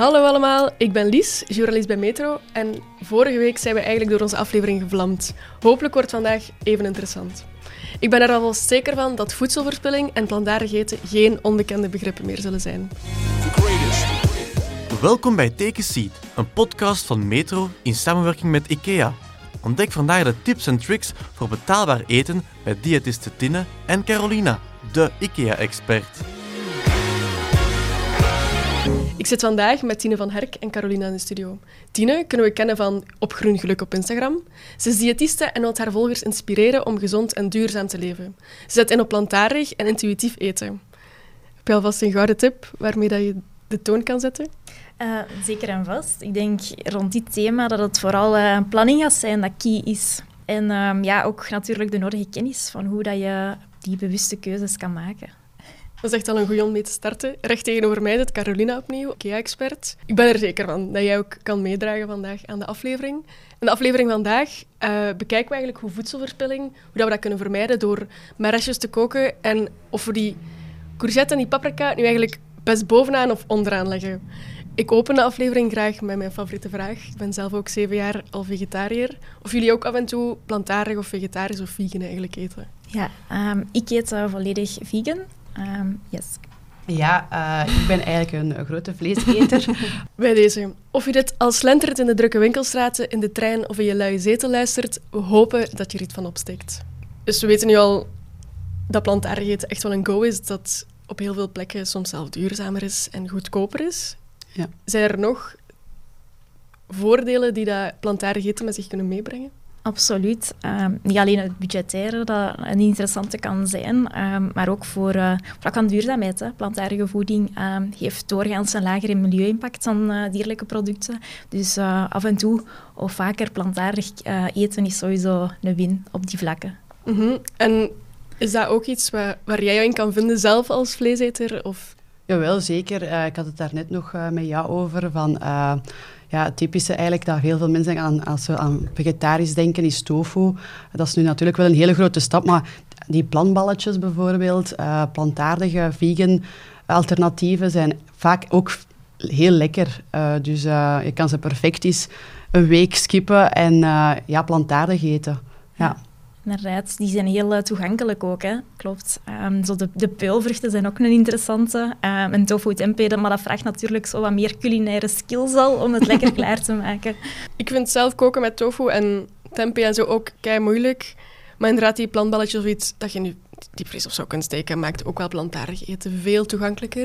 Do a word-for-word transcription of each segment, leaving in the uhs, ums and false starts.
Hallo allemaal, ik ben Lies, journalist bij Metro. En vorige week zijn we eigenlijk door onze aflevering gevlamd. Hopelijk wordt vandaag even interessant. Ik ben er alvast zeker van dat voedselverspilling en plantaardig eten geen onbekende begrippen meer zullen zijn. Welkom bij Take a Seat, een podcast van Metro in samenwerking met IKEA. Ontdek vandaag de tips en tricks voor betaalbaar eten bij diëtiste Tine en Carolina, de IKEA-expert. Ik zit vandaag met Tine van Herk en Carolina in de studio. Tine kunnen we kennen van Op Groen Geluk op Instagram. Ze is diëtiste en wil haar volgers inspireren om gezond en duurzaam te leven. Ze zet in op plantaardig en intuïtief eten. Heb je alvast een gouden tip waarmee dat je de toon kan zetten? Uh, zeker en vast. Ik denk rond dit thema dat het vooral uh, planning gaat zijn dat key is. En uh, ja, ook natuurlijk de nodige kennis van hoe dat je die bewuste keuzes kan maken. Dat is echt al een goeie om mee te starten. Recht tegenover mij zit Carolina opnieuw, IKEA-expert. Ik ben er zeker van dat jij ook kan meedragen vandaag aan de aflevering. In de aflevering vandaag uh, bekijken we eigenlijk hoe voedselverspilling, hoe dat we dat kunnen vermijden door met restjes te koken en of we die courgette en die paprika nu eigenlijk best bovenaan of onderaan leggen. Ik open de aflevering graag met mijn favoriete vraag. Ik ben zelf ook zeven jaar al vegetariër. Of jullie ook af en toe plantaardig of vegetarisch of vegan eigenlijk eten? Ja, um, ik eet uh, volledig vegan. Um, yes. Ja, uh, ik ben eigenlijk een grote vleeseter. Bij deze. Of je dit al slentert in de drukke winkelstraten, in de trein of in je luie zetel luistert, we hopen dat je er iets van opsteekt. Dus we weten nu al dat plantaardig eten echt wel een go is, dat op heel veel plekken soms zelf duurzamer is en goedkoper is. Ja. Zijn er nog voordelen die dat plantaardig eten met zich kunnen meebrengen? Absoluut. Um, niet alleen het budgettaire dat een interessante kan zijn, um, maar ook voor uh, vlak van duurzaamheid. Hè. Plantaardige voeding um, heeft doorgaans een lagere milieu-impact dan uh, dierlijke producten. Dus uh, af en toe of vaker plantaardig uh, eten is sowieso een win op die vlakken. Mm-hmm. En is dat ook iets waar, waar jij jou in kan vinden zelf als vleeseter? Of? Jawel, zeker. Uh, ik had het daar net nog uh, met jou over. Van, uh, ja, het typische eigenlijk dat heel veel mensen aan, als ze aan vegetarisch denken, is tofu. Dat is nu natuurlijk wel een hele grote stap, maar die plantballetjes bijvoorbeeld, uh, plantaardige, vegan alternatieven zijn vaak ook heel lekker. Uh, dus uh, je kan ze perfect eens een week skippen en uh, ja, plantaardig eten. Ja. Ja. Inderdaad, die zijn heel uh, toegankelijk ook, hè. Klopt. Um, zo de, de peulvruchten zijn ook een interessante. Um, en tofu tempeh, maar dat vraagt natuurlijk zo wat meer culinaire skills al om het lekker klaar te maken. Ik vind zelf koken met tofu en tempeh en zo ook kei moeilijk. Maar inderdaad, die plantballetjes of iets dat je nu diepvries of zo kunt steken, maakt ook wel plantaardig eten veel toegankelijker.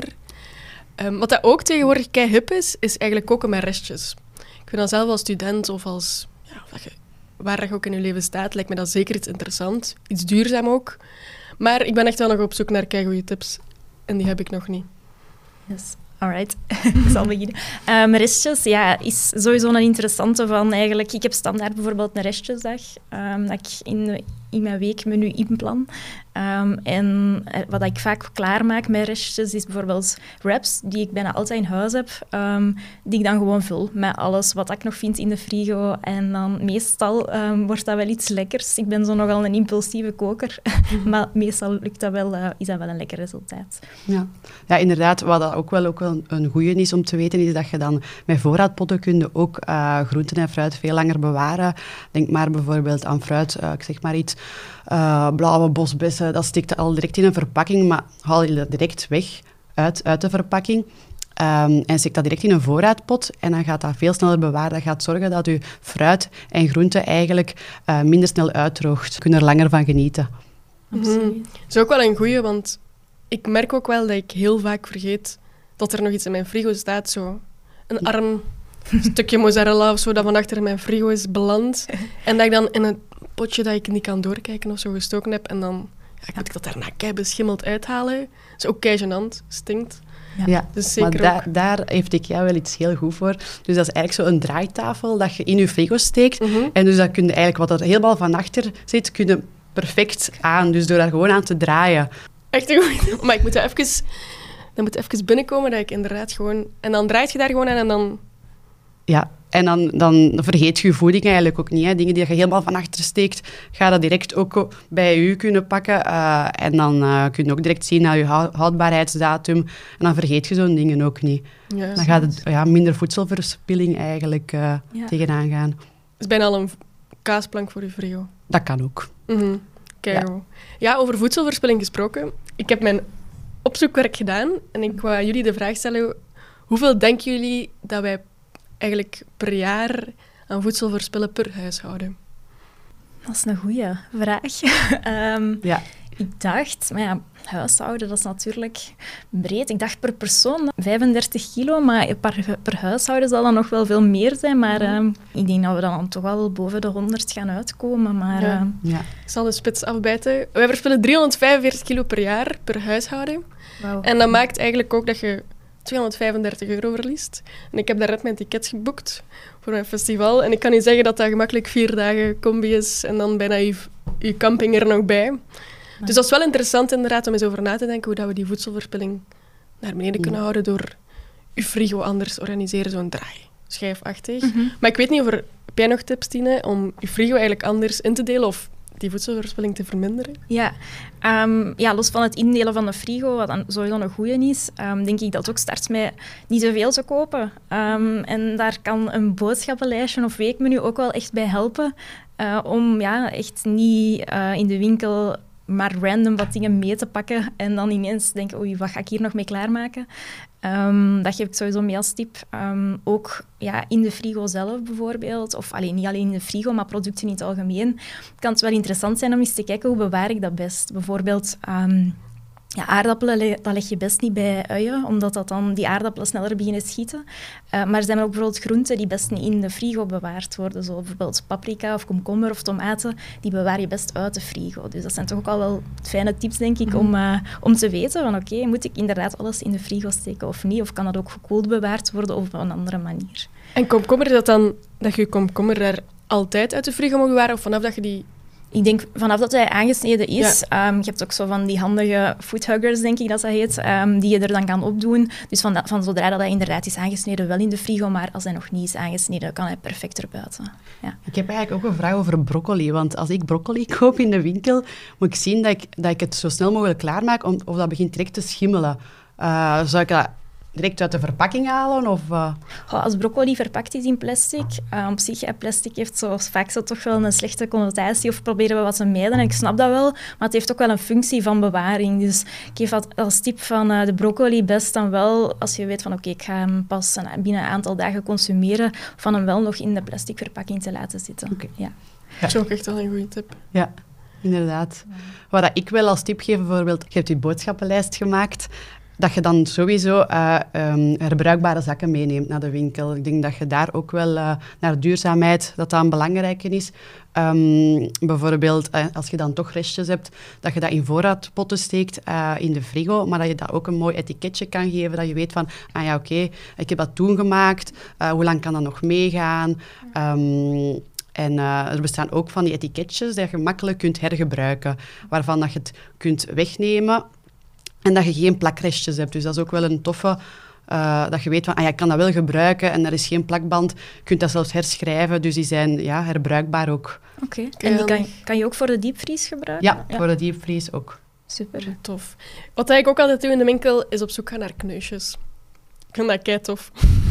Um, wat dat ook tegenwoordig kei hip is, is eigenlijk koken met restjes. Ik vind dat zelf als student of als... Ja, dat je, waar je ook in je leven staat, lijkt me dat zeker iets interessant. Iets duurzaam ook. Maar ik ben echt wel nog op zoek naar keigoeie tips. En die heb ik nog niet. Yes. Alright, ik zal beginnen. Um, restjes, ja, is sowieso een interessante van eigenlijk... Ik heb standaard bijvoorbeeld een restjesdag, um, dat ik in, in mijn weekmenu inplan. Um, en wat ik vaak klaarmaak met restjes is bijvoorbeeld wraps, die ik bijna altijd in huis heb, um, die ik dan gewoon vul met alles wat ik nog vind in de frigo. En dan meestal um, wordt dat wel iets lekkers. Ik ben zo nogal een impulsieve koker, maar meestal lukt dat wel, uh, is dat wel een lekker resultaat. Ja, ja inderdaad. Wat dat ook wel, ook wel een goeie is om te weten, is dat je dan met voorraadpotten kun ook uh, groenten en fruit veel langer bewaren. Denk maar bijvoorbeeld aan fruit, uh, ik zeg maar iets, uh, blauwe bosbessen, dat stikt al direct in een verpakking, maar haal je dat direct weg uit, uit de verpakking. Um, en stik dat direct in een voorraadpot en dan gaat dat veel sneller bewaren. Dat gaat zorgen dat je fruit en groenten eigenlijk uh, minder snel uitdroogt. Je kunt er langer van genieten. Absoluut. Mm-hmm. Dat is ook wel een goeie, want ik merk ook wel dat ik heel vaak vergeet dat er nog iets in mijn frigo staat. Zo. Een arm stukje mozzarella of zo dat van achter in mijn frigo is beland. En dat ik dan in een potje dat ik niet kan doorkijken of zo gestoken heb. En dan ja, moet ik dat daarna kei beschimmeld uithalen. Dat is ook kei gênant. Stinkt. Ja, ja dus zeker maar ook. da- daar heeft IKEA wel iets heel goed voor. Dus dat is eigenlijk zo'n draaitafel dat je in je frigo steekt. Mm-hmm. En dus dat kun je eigenlijk, wat er helemaal van achter zit, kun je perfect aan. Dus door daar gewoon aan te draaien. Echt een goed. Maar ik moet dat even... Dan moet even binnenkomen dat ik inderdaad gewoon... En dan draait je daar gewoon aan en dan... Ja, en dan, dan vergeet je je voeding eigenlijk ook niet. Hè. Dingen die je helemaal van achter steekt, ga dat direct ook bij u kunnen pakken. Uh, en dan uh, kun je ook direct zien naar je houdbaarheidsdatum. En dan vergeet je zo'n dingen ook niet. Ja, dan gaat het ja, minder voedselverspilling eigenlijk uh, ja. tegenaan gaan. Het is bijna al een kaasplank voor je frigo. Dat kan ook. Mm-hmm. Kijk, ja. ja, over voedselverspilling gesproken. Ik heb mijn opzoekwerk gedaan en ik wou jullie de vraag stellen: hoeveel denken jullie dat wij eigenlijk per jaar aan voedsel verspillen per huishouden? Dat is een goeie vraag. um, ja. Ik dacht, maar ja, huishouden, dat is natuurlijk breed. Ik dacht per persoon vijfendertig kilo, maar per, per huishouden zal dat nog wel veel meer zijn. Maar um, ik denk dat we dan toch wel boven de honderd gaan uitkomen. Maar, ja. Um, ja. Ik zal de spits afbijten. Wij verspillen driehonderdvijfenveertig kilo per jaar per huishouden. Wow. En dat maakt eigenlijk ook dat je tweehonderdvijfendertig euro verliest. En ik heb daar net mijn ticket geboekt voor mijn festival. En ik kan u zeggen dat dat gemakkelijk vier dagen combi is en dan bijna je, je camping er nog bij. Dus dat is wel interessant inderdaad om eens over na te denken hoe dat we die voedselverspilling naar beneden kunnen houden door je frigo anders organiseren, zo'n draai, schijfachtig. Mm-hmm. Maar ik weet niet of er, heb jij nog tips, Tine, om je frigo eigenlijk anders in te delen of die voedselverspilling te verminderen? Ja, um, ja, los van het indelen van de frigo, wat dan sowieso een goeie is, um, denk ik dat het ook start met niet zoveel te kopen. Um, en daar kan een boodschappenlijstje of weekmenu ook wel echt bij helpen, uh, om ja, echt niet uh, in de winkel maar random wat dingen mee te pakken en dan ineens denken, oei, wat ga ik hier nog mee klaarmaken? Um, dat geef ik sowieso mee als tip. Um, ook ja, in de frigo zelf bijvoorbeeld, of alleen, niet alleen in de frigo, maar producten in het algemeen, kan het wel interessant zijn om eens te kijken hoe bewaar ik dat best. Bijvoorbeeld um, ja, aardappelen, dat leg je best niet bij uien, omdat dat dan die aardappelen sneller beginnen schieten. Uh, maar er zijn ook bijvoorbeeld groenten die best niet in de frigo bewaard worden. Zo bijvoorbeeld paprika of komkommer of tomaten, die bewaar je best uit de frigo. Dus dat zijn toch ook al wel fijne tips, denk ik, mm. om, uh, om te weten van oké, okay, moet ik inderdaad alles in de frigo steken of niet? Of kan dat ook gekoeld bewaard worden of op een andere manier? En komkommer, is dat dan dat je komkommer daar altijd uit de frigo mag bewaren of vanaf dat je die... Ik denk vanaf dat hij aangesneden is. Ja. Um, je hebt ook zo van die handige foodhuggers, denk ik dat dat heet, um, die je er dan kan opdoen. Dus van, van zodra dat hij inderdaad is aangesneden, wel in de frigo, maar als hij nog niet is aangesneden, kan hij perfect erbuiten. Ja. Ik heb eigenlijk ook een vraag over broccoli. Want als ik broccoli koop in de winkel, moet ik zien dat ik, dat ik het zo snel mogelijk klaarmaak, om, of dat begint direct te schimmelen. Uh, zou ik dat direct uit de verpakking halen? Of, uh... oh, als broccoli verpakt is in plastic, uh, op zich, ja, plastic heeft zo, vaak zo toch wel een slechte connotatie, of proberen we wat te mijden. En ik snap dat wel, maar het heeft ook wel een functie van bewaring. Dus ik geef als tip van uh, de broccoli best dan wel, als je weet van oké, okay, ik ga hem pas een, binnen een aantal dagen consumeren, van hem wel nog in de plastic verpakking te laten zitten. Okay. Ja. Ja. Dat is ook echt wel een goede tip. Ja. Inderdaad. Ja. Wat ik wel als tip geef, bijvoorbeeld, je hebt je boodschappenlijst gemaakt, dat je dan sowieso uh, um, herbruikbare zakken meeneemt naar de winkel. Ik denk dat je daar ook wel uh, naar duurzaamheid, dat dat een belangrijke is. Um, bijvoorbeeld, uh, als je dan toch restjes hebt, dat je dat in voorraadpotten steekt uh, in de frigo, maar dat je dat ook een mooi etiketje kan geven, dat je weet van, ah ja, oké, okay, ik heb dat toen gemaakt, uh, hoe lang kan dat nog meegaan? Um, En uh, er bestaan ook van die etiketjes die je makkelijk kunt hergebruiken, waarvan dat je het kunt wegnemen en dat je geen plakrestjes hebt. Dus dat is ook wel een toffe, uh, dat je weet van, ah ja, ik kan dat wel gebruiken en er is geen plakband. Je kunt dat zelfs herschrijven, dus die zijn ja, herbruikbaar ook. Oké, okay. En die kan, kan je ook voor de diepvries gebruiken? Ja, ja, voor de diepvries ook. Super. Tof. Wat ik ook altijd doe in de winkel, is op zoek gaan naar kneusjes. Ik vind dat kei tof.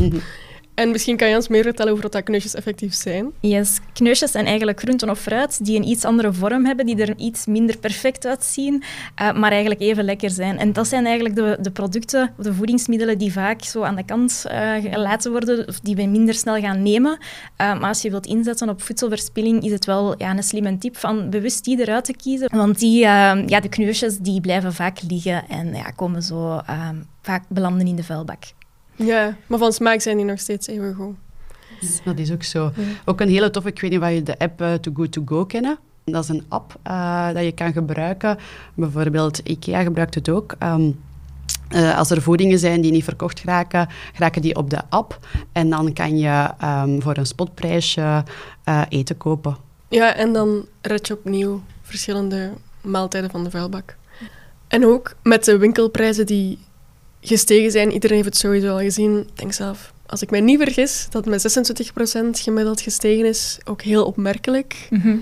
En misschien kan je ons meer vertellen over wat dat kneusjes effectief zijn. Yes, kneusjes zijn eigenlijk groenten of fruit die een iets andere vorm hebben, die er iets minder perfect uitzien, uh, maar eigenlijk even lekker zijn. En dat zijn eigenlijk de, de producten, of de voedingsmiddelen die vaak zo aan de kant uh, gelaten worden, of die we minder snel gaan nemen. Uh, maar als je wilt inzetten op voedselverspilling, is het wel ja, een slimme tip van bewust die eruit te kiezen. Want die, uh, ja, de kneusjes die blijven vaak liggen en ja, komen zo uh, vaak belanden in de vuilbak. Ja, maar van smaak zijn die nog steeds even goed. Dat is ook zo. Ja. Ook een hele toffe, ik weet niet of je de app uh, Too Good To Go kennen. Dat is een app uh, dat je kan gebruiken. Bijvoorbeeld IKEA gebruikt het ook. Um, uh, als er voedingen zijn die niet verkocht geraken, geraken die op de app. En dan kan je um, voor een spotprijsje uh, eten kopen. Ja, en dan red je opnieuw verschillende maaltijden van de vuilbak. En ook met de winkelprijzen die gestegen zijn. Iedereen heeft het sowieso al gezien. Denk zelf, als ik mij niet vergis, dat het met zesentwintig procent gemiddeld gestegen is. Ook heel opmerkelijk. Mm-hmm.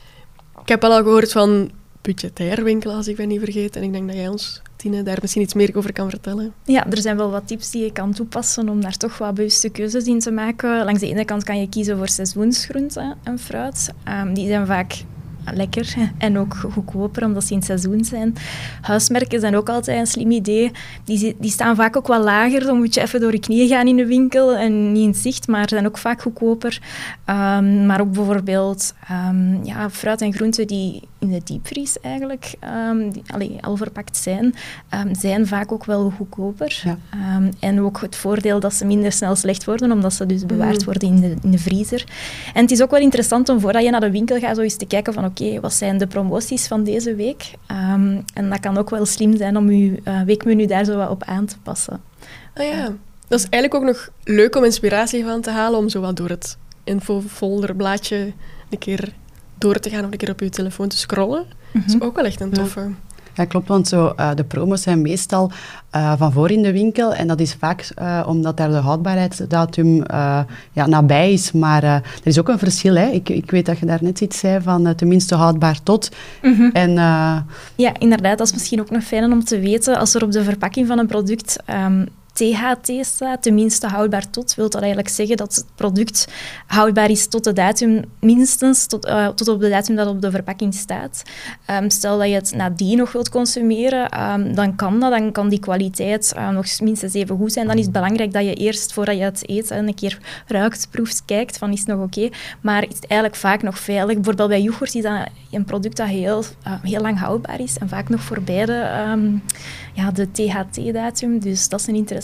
Ik heb al al gehoord van budgetair winkelen, als ik ben niet vergeet. En ik denk dat jij ons, Tine, daar misschien iets meer over kan vertellen. Ja, er zijn wel wat tips die je kan toepassen om daar toch wat bewuste keuzes in te maken. Langs de ene kant kan je kiezen voor seizoensgroenten en fruit. Um, die zijn vaak lekker en ook goedkoper, omdat ze in het seizoen zijn. Huismerken zijn ook altijd een slim idee. Die, die staan vaak ook wat lager, dan moet je even door je knieën gaan in de winkel en niet in het zicht, maar zijn ook vaak goedkoper. Um, maar ook bijvoorbeeld um, ja, fruit en groenten die in de diepvries eigenlijk um, die, allee, al verpakt zijn, um, zijn vaak ook wel goedkoper. Ja. Um, en ook het voordeel dat ze minder snel slecht worden, omdat ze dus bewaard worden in de, in de vriezer. En het is ook wel interessant om voordat je naar de winkel gaat, zo eens te kijken van oké, okay, wat zijn de promoties van deze week? Um, en dat kan ook wel slim zijn om je uh, weekmenu daar zo wat op aan te passen. Ah ja, dat is eigenlijk ook nog leuk om inspiratie van te halen, om zo wat door het infofolderblaadje een keer door te gaan of een keer op je telefoon te scrollen. Mm-hmm. Dat is ook wel echt een toffe. Ja. Ja, klopt, want zo, uh, de promos zijn meestal uh, van voor in de winkel en dat is vaak uh, omdat daar de houdbaarheidsdatum uh, ja, nabij is. Maar uh, er is ook een verschil. Hè. Ik, ik weet dat je daar net iets zei van uh, tenminste houdbaar tot. Mm-hmm. En, uh, ja, inderdaad, dat is misschien ook nog fijn om te weten. Als er op de verpakking van een product Um, T H T staat, tenminste houdbaar tot, wil dat eigenlijk zeggen dat het product houdbaar is tot de datum, minstens tot, uh, tot op de datum dat op de verpakking staat. Um, stel dat je het nadien nog wilt consumeren, um, dan kan dat, dan kan die kwaliteit uh, nog minstens even goed zijn. Dan is het belangrijk dat je eerst, voordat je het eet, een keer ruikt, proeft, kijkt van is het nog oké. Okay? Maar is het eigenlijk vaak nog veilig. Bijvoorbeeld bij yoghurt is dat een product dat heel, uh, heel lang houdbaar is en vaak nog voorbij de, um, ja, de T H T-datum. Dus dat is een interessante.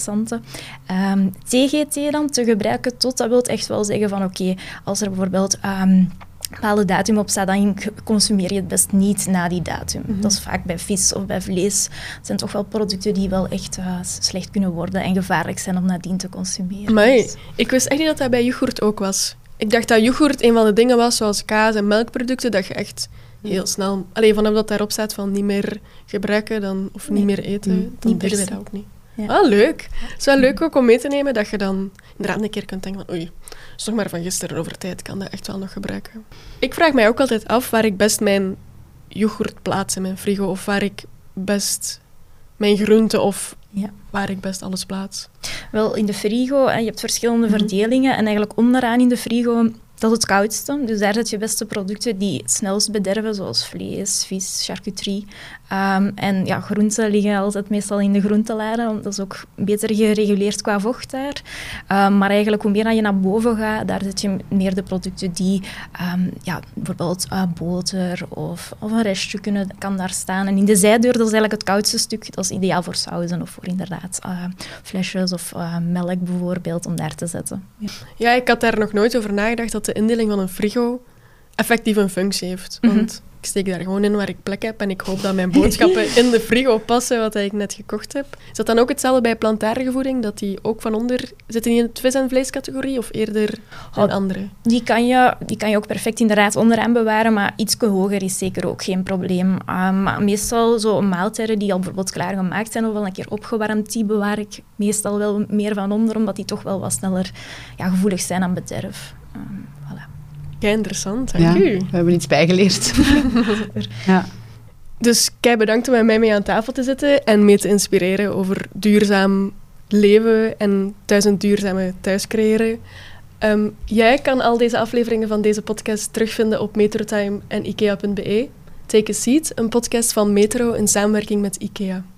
Um, T G T dan, te gebruiken tot, dat wil echt wel zeggen van oké, okay, als er bijvoorbeeld um, een bepaalde datum op staat, dan consumeer je het best niet na die datum. Mm-hmm. Dat is vaak bij vis of bij vlees. Het zijn toch wel producten die wel echt uh, slecht kunnen worden en gevaarlijk zijn om nadien te consumeren. Maar dus. Ik wist echt niet dat dat bij yoghurt ook was. Ik dacht dat yoghurt een van de dingen was, zoals kaas en melkproducten, dat je echt heel snel, alleen vanaf dat daarop staat van niet meer gebruiken dan, of nee. niet meer eten, Mm, dan niet deden wij se. dat ook niet. Ja. Ah, leuk. Het is wel leuk ook om mee te nemen dat je dan inderdaad een keer kunt denken van oei, dat is nog maar van gisteren over tijd, kan dat echt wel nog gebruiken. Ik vraag mij ook altijd af waar ik best mijn yoghurt plaats in mijn frigo, of waar ik best mijn groenten of ja. waar ik best alles plaats. Wel, in de frigo, je hebt verschillende mm-hmm. verdelingen en eigenlijk onderaan in de frigo, dat is het koudste. Dus daar zet je beste producten die het snelst bederven, zoals vlees, vis, charcuterie. Um, en ja, groenten liggen altijd meestal in de groentelade, want dat is ook beter gereguleerd qua vocht daar. Um, maar eigenlijk, hoe meer je naar boven gaat, daar zet je meer de producten die, um, ja, bijvoorbeeld uh, boter of, of een restje kunnen, kan daar staan. En in de zijdeur, dat is eigenlijk het koudste stuk, dat is ideaal voor sauzen of voor inderdaad uh, flesjes of uh, melk bijvoorbeeld, om daar te zetten. Ja. Ja, ik had daar nog nooit over nagedacht dat de indeling van een frigo effectief een functie heeft. Want mm-hmm. ik steek daar gewoon in waar ik plek heb en ik hoop dat mijn boodschappen in de frigo passen, wat ik net gekocht heb. Is dat dan ook hetzelfde bij plantaardige voeding, dat die ook van onder zitten in de vis- en vleescategorie of eerder een oh, andere? Die kan, je, die kan je ook perfect inderdaad onderaan bewaren, maar iets hoger is zeker ook geen probleem. Uh, maar meestal zo maaltijden die al bijvoorbeeld klaargemaakt zijn of al een keer opgewarmd, die bewaar ik meestal wel meer van onder, omdat die toch wel wat sneller ja, gevoelig zijn aan bederf. Um, voilà. Ja, interessant. Dank ja, u. We hebben iets bijgeleerd. ja. Dus kei bedankt om met mij mee aan tafel te zitten en mee te inspireren over duurzaam leven en thuis een duurzame thuis creëren. Um, jij kan al deze afleveringen van deze podcast terugvinden op metrotime en ikea punt be. Take a Seat, een podcast van Metro in samenwerking met IKEA.